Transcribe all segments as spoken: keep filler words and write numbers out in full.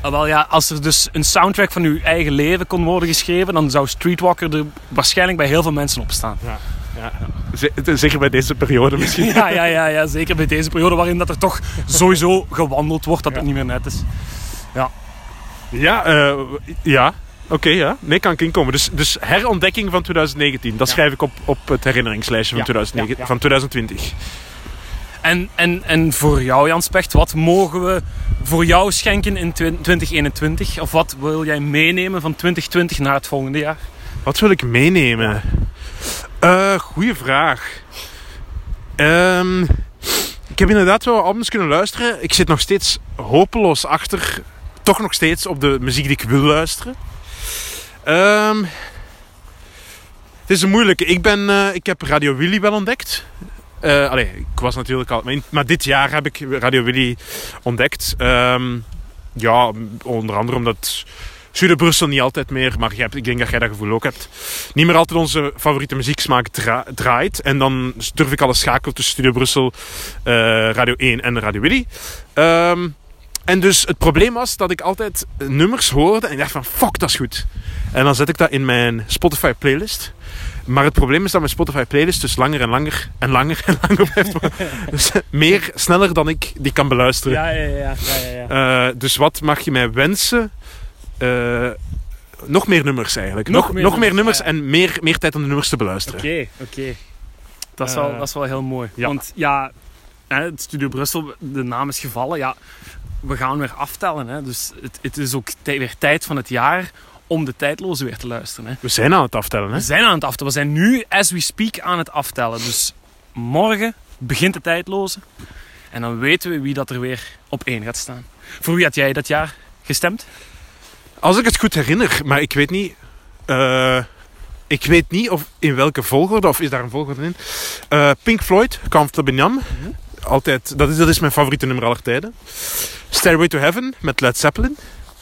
Ah, wel ja, als er dus een soundtrack van uw eigen leven kon worden geschreven, dan zou Streetwalker er waarschijnlijk bij heel veel mensen op staan. Ja, ja. Z- zeker bij deze periode misschien. Ja, ja, ja, ja, zeker bij deze periode waarin dat er toch sowieso gewandeld wordt, dat ja. het niet meer net is. Ja, Ja, uh, ja. Oké, okay, ja. Nee, kan ik inkomen. Dus, dus herontdekking van twintig negentien. Dat ja. schrijf ik op, op het herinneringslijstje van, ja. twintig negentien, ja, ja. van twintig twintig. En, en, en voor jou, Jan Specht, wat mogen we voor jou schenken in twintig eenentwintig? Of wat wil jij meenemen van twintig twintig naar het volgende jaar? Wat wil ik meenemen? Uh, goeie vraag. Um, ik heb inderdaad wel albums kunnen luisteren. Ik zit nog steeds hopeloos achter... Toch nog steeds op de muziek die ik wil luisteren. Um, het is een moeilijke. Ik, ben, uh, ik heb Radio Willy wel ontdekt. Uh, allee, ik was natuurlijk al... Maar, in, maar dit jaar heb ik Radio Willy ontdekt. Um, ja, onder andere omdat... Studio Brussel niet altijd meer, maar jij hebt, ik denk dat jij dat gevoel ook hebt. Niet meer altijd onze favoriete muzieksmaak dra- draait. En dan durf ik alles schakelen tussen Studio Brussel, uh, Radio één en Radio Willy. Um, En dus het probleem was dat ik altijd nummers hoorde en ik dacht van fuck, dat is goed. En dan zet ik dat in mijn Spotify playlist. Maar het probleem is dat mijn Spotify playlist dus langer en langer en langer en langer blijft. Dus meer, sneller dan ik die kan beluisteren. Ja, ja, ja. ja, ja. Uh, dus wat mag je mij wensen? Uh, nog meer nummers eigenlijk. Nog, nog meer, nog nummers, meer nummers ja. en meer, meer tijd om de nummers te beluisteren. Oké, okay, oké. Okay. Dat, is uh, wel, dat is wel heel mooi. Ja. Want ja, het Studio Brussel, de naam is gevallen. Ja, we gaan weer aftellen. Hè. Dus het, het is ook t- weer tijd van het jaar om de tijdloze weer te luisteren. Hè. We zijn aan het aftellen. Hè? We zijn aan het aftellen. We zijn nu, as we speak, aan het aftellen. Dus morgen begint de tijdloze. En dan weten we wie dat er weer op één gaat staan. Voor wie had jij dat jaar gestemd? Als ik het goed herinner, maar ik weet niet... Uh, ik weet niet of in welke volgorde, of is daar een volgorde in. Uh, Pink Floyd, Comfortable Numb. Mm-hmm. Altijd, dat is, dat is mijn favoriete nummer aller tijden. Stairway to Heaven met Led Zeppelin.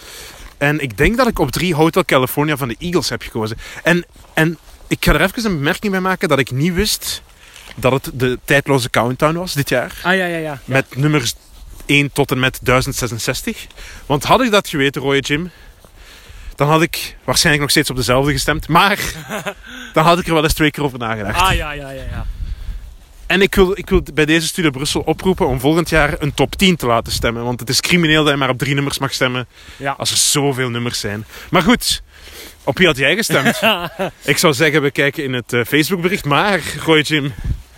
En ik denk dat ik op drie Hotel California van de Eagles heb gekozen. En, en ik ga er even een bemerking bij maken dat ik niet wist dat het de tijdloze countdown was dit jaar. Ah ja, ja, ja. Met ja. nummers één tot en met duizend zesenzestig. Want had ik dat geweten, Roy Jim, dan had ik waarschijnlijk nog steeds op dezelfde gestemd. Maar dan had ik er wel eens twee keer over nagedacht. Ah ja, ja, ja, ja. En ik wil, ik wil bij deze Studio Brussel oproepen om volgend jaar een top tien te laten stemmen. Want het is crimineel dat je maar op drie nummers mag stemmen. Ja. Als er zoveel nummers zijn. Maar goed, op wie had jij gestemd? Ik zou zeggen, we kijken in het uh, Facebookbericht. Maar, Roy Jim,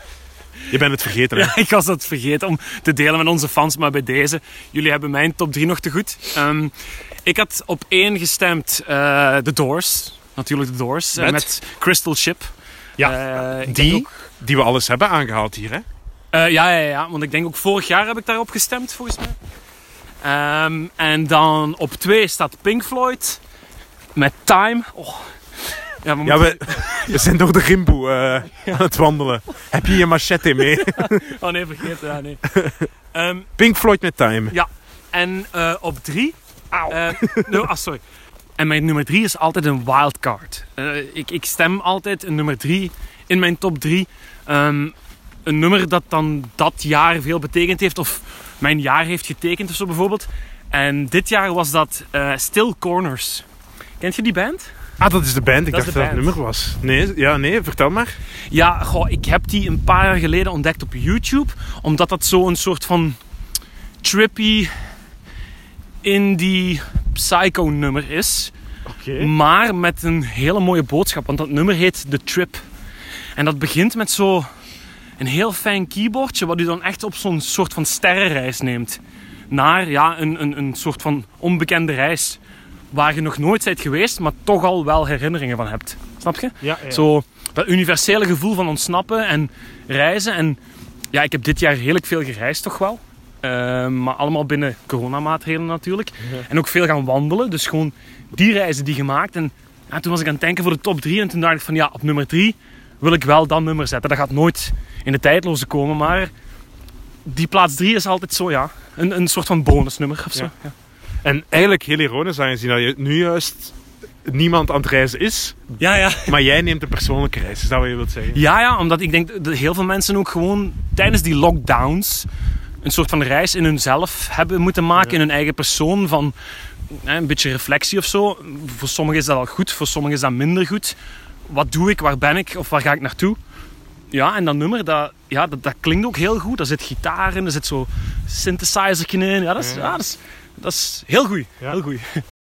je bent het vergeten. Hè? Ja, ik was het vergeten om te delen met onze fans. Maar bij deze, jullie hebben mijn top drie nog te goed. Um, ik had op één gestemd uh, The Doors. Natuurlijk The Doors. Met, uh, met Crystal Ship. Ja, uh, die, ook... die we alles hebben aangehaald hier, hè? Uh, ja, ja, ja, want ik denk ook vorig jaar heb ik daarop gestemd, volgens mij. Um, en dan op twee staat Pink Floyd met Time. Oh. Ja, we, ja we, we zijn door de Rimboe uh, ja. aan het wandelen. Heb je je machete mee? Oh nee, vergeet ja, nee. Um, Pink Floyd met Time. Ja, en uh, op drie... Uh, no, ah, sorry. En mijn nummer drie is altijd een wildcard. Uh, ik, ik stem altijd een nummer drie in mijn top drie. Um, een nummer dat dan dat jaar veel betekend heeft. Of mijn jaar heeft getekend of zo bijvoorbeeld. En dit jaar was dat uh, Still Corners. Kent je die band? Ah, dat is de band. Ik dat dacht dat het nummer was. Nee, ja, nee, vertel maar. Ja, goh, ik heb die een paar jaar geleden ontdekt op YouTube. Omdat dat zo een soort van trippy indie psycho nummer is. Okay. Maar met een hele mooie boodschap. Want dat nummer heet The Trip. En dat begint met zo een heel fijn keyboardje. Wat u dan echt op zo'n soort van sterrenreis neemt. Naar ja, een, een, een soort van onbekende reis. Waar je nog nooit bent geweest. Maar toch al wel herinneringen van hebt. Snap je? Ja, ja. Zo dat universele gevoel van ontsnappen en reizen. En ja, ik heb dit jaar redelijk veel gereisd toch wel. Uh, maar allemaal binnen coronamaatregelen natuurlijk. Ja. En ook veel gaan wandelen. Dus gewoon die reizen die gemaakt. En ja, toen was ik aan het denken voor de top drie. En toen dacht ik van ja, op nummer drie wil ik wel dat nummer zetten. Dat gaat nooit in de tijdloze komen. Maar die plaats drie is altijd zo, ja. Een, een soort van bonusnummer of zo. Ja. Ja. En eigenlijk heel ironisch aangezien dat je nu juist niemand aan het reizen is. Ja, ja. Maar jij neemt een persoonlijke reis. Is dat wat je wilt zeggen? Ja, ja. Omdat ik denk dat heel veel mensen ook gewoon tijdens die lockdowns een soort van reis in hunzelf hebben moeten maken. Ja. In hun eigen persoon. Van een beetje reflectie of zo. Voor sommigen is dat al goed, voor sommigen is dat minder goed. Wat doe ik, waar ben ik of waar ga ik naartoe? Ja, en dat nummer, dat, ja, dat, dat klinkt ook heel goed. Daar zit gitaar in, er zit zo synthesizer in. Ja, dat is, ja, dat is, dat is heel goed. Ja. Heel goed.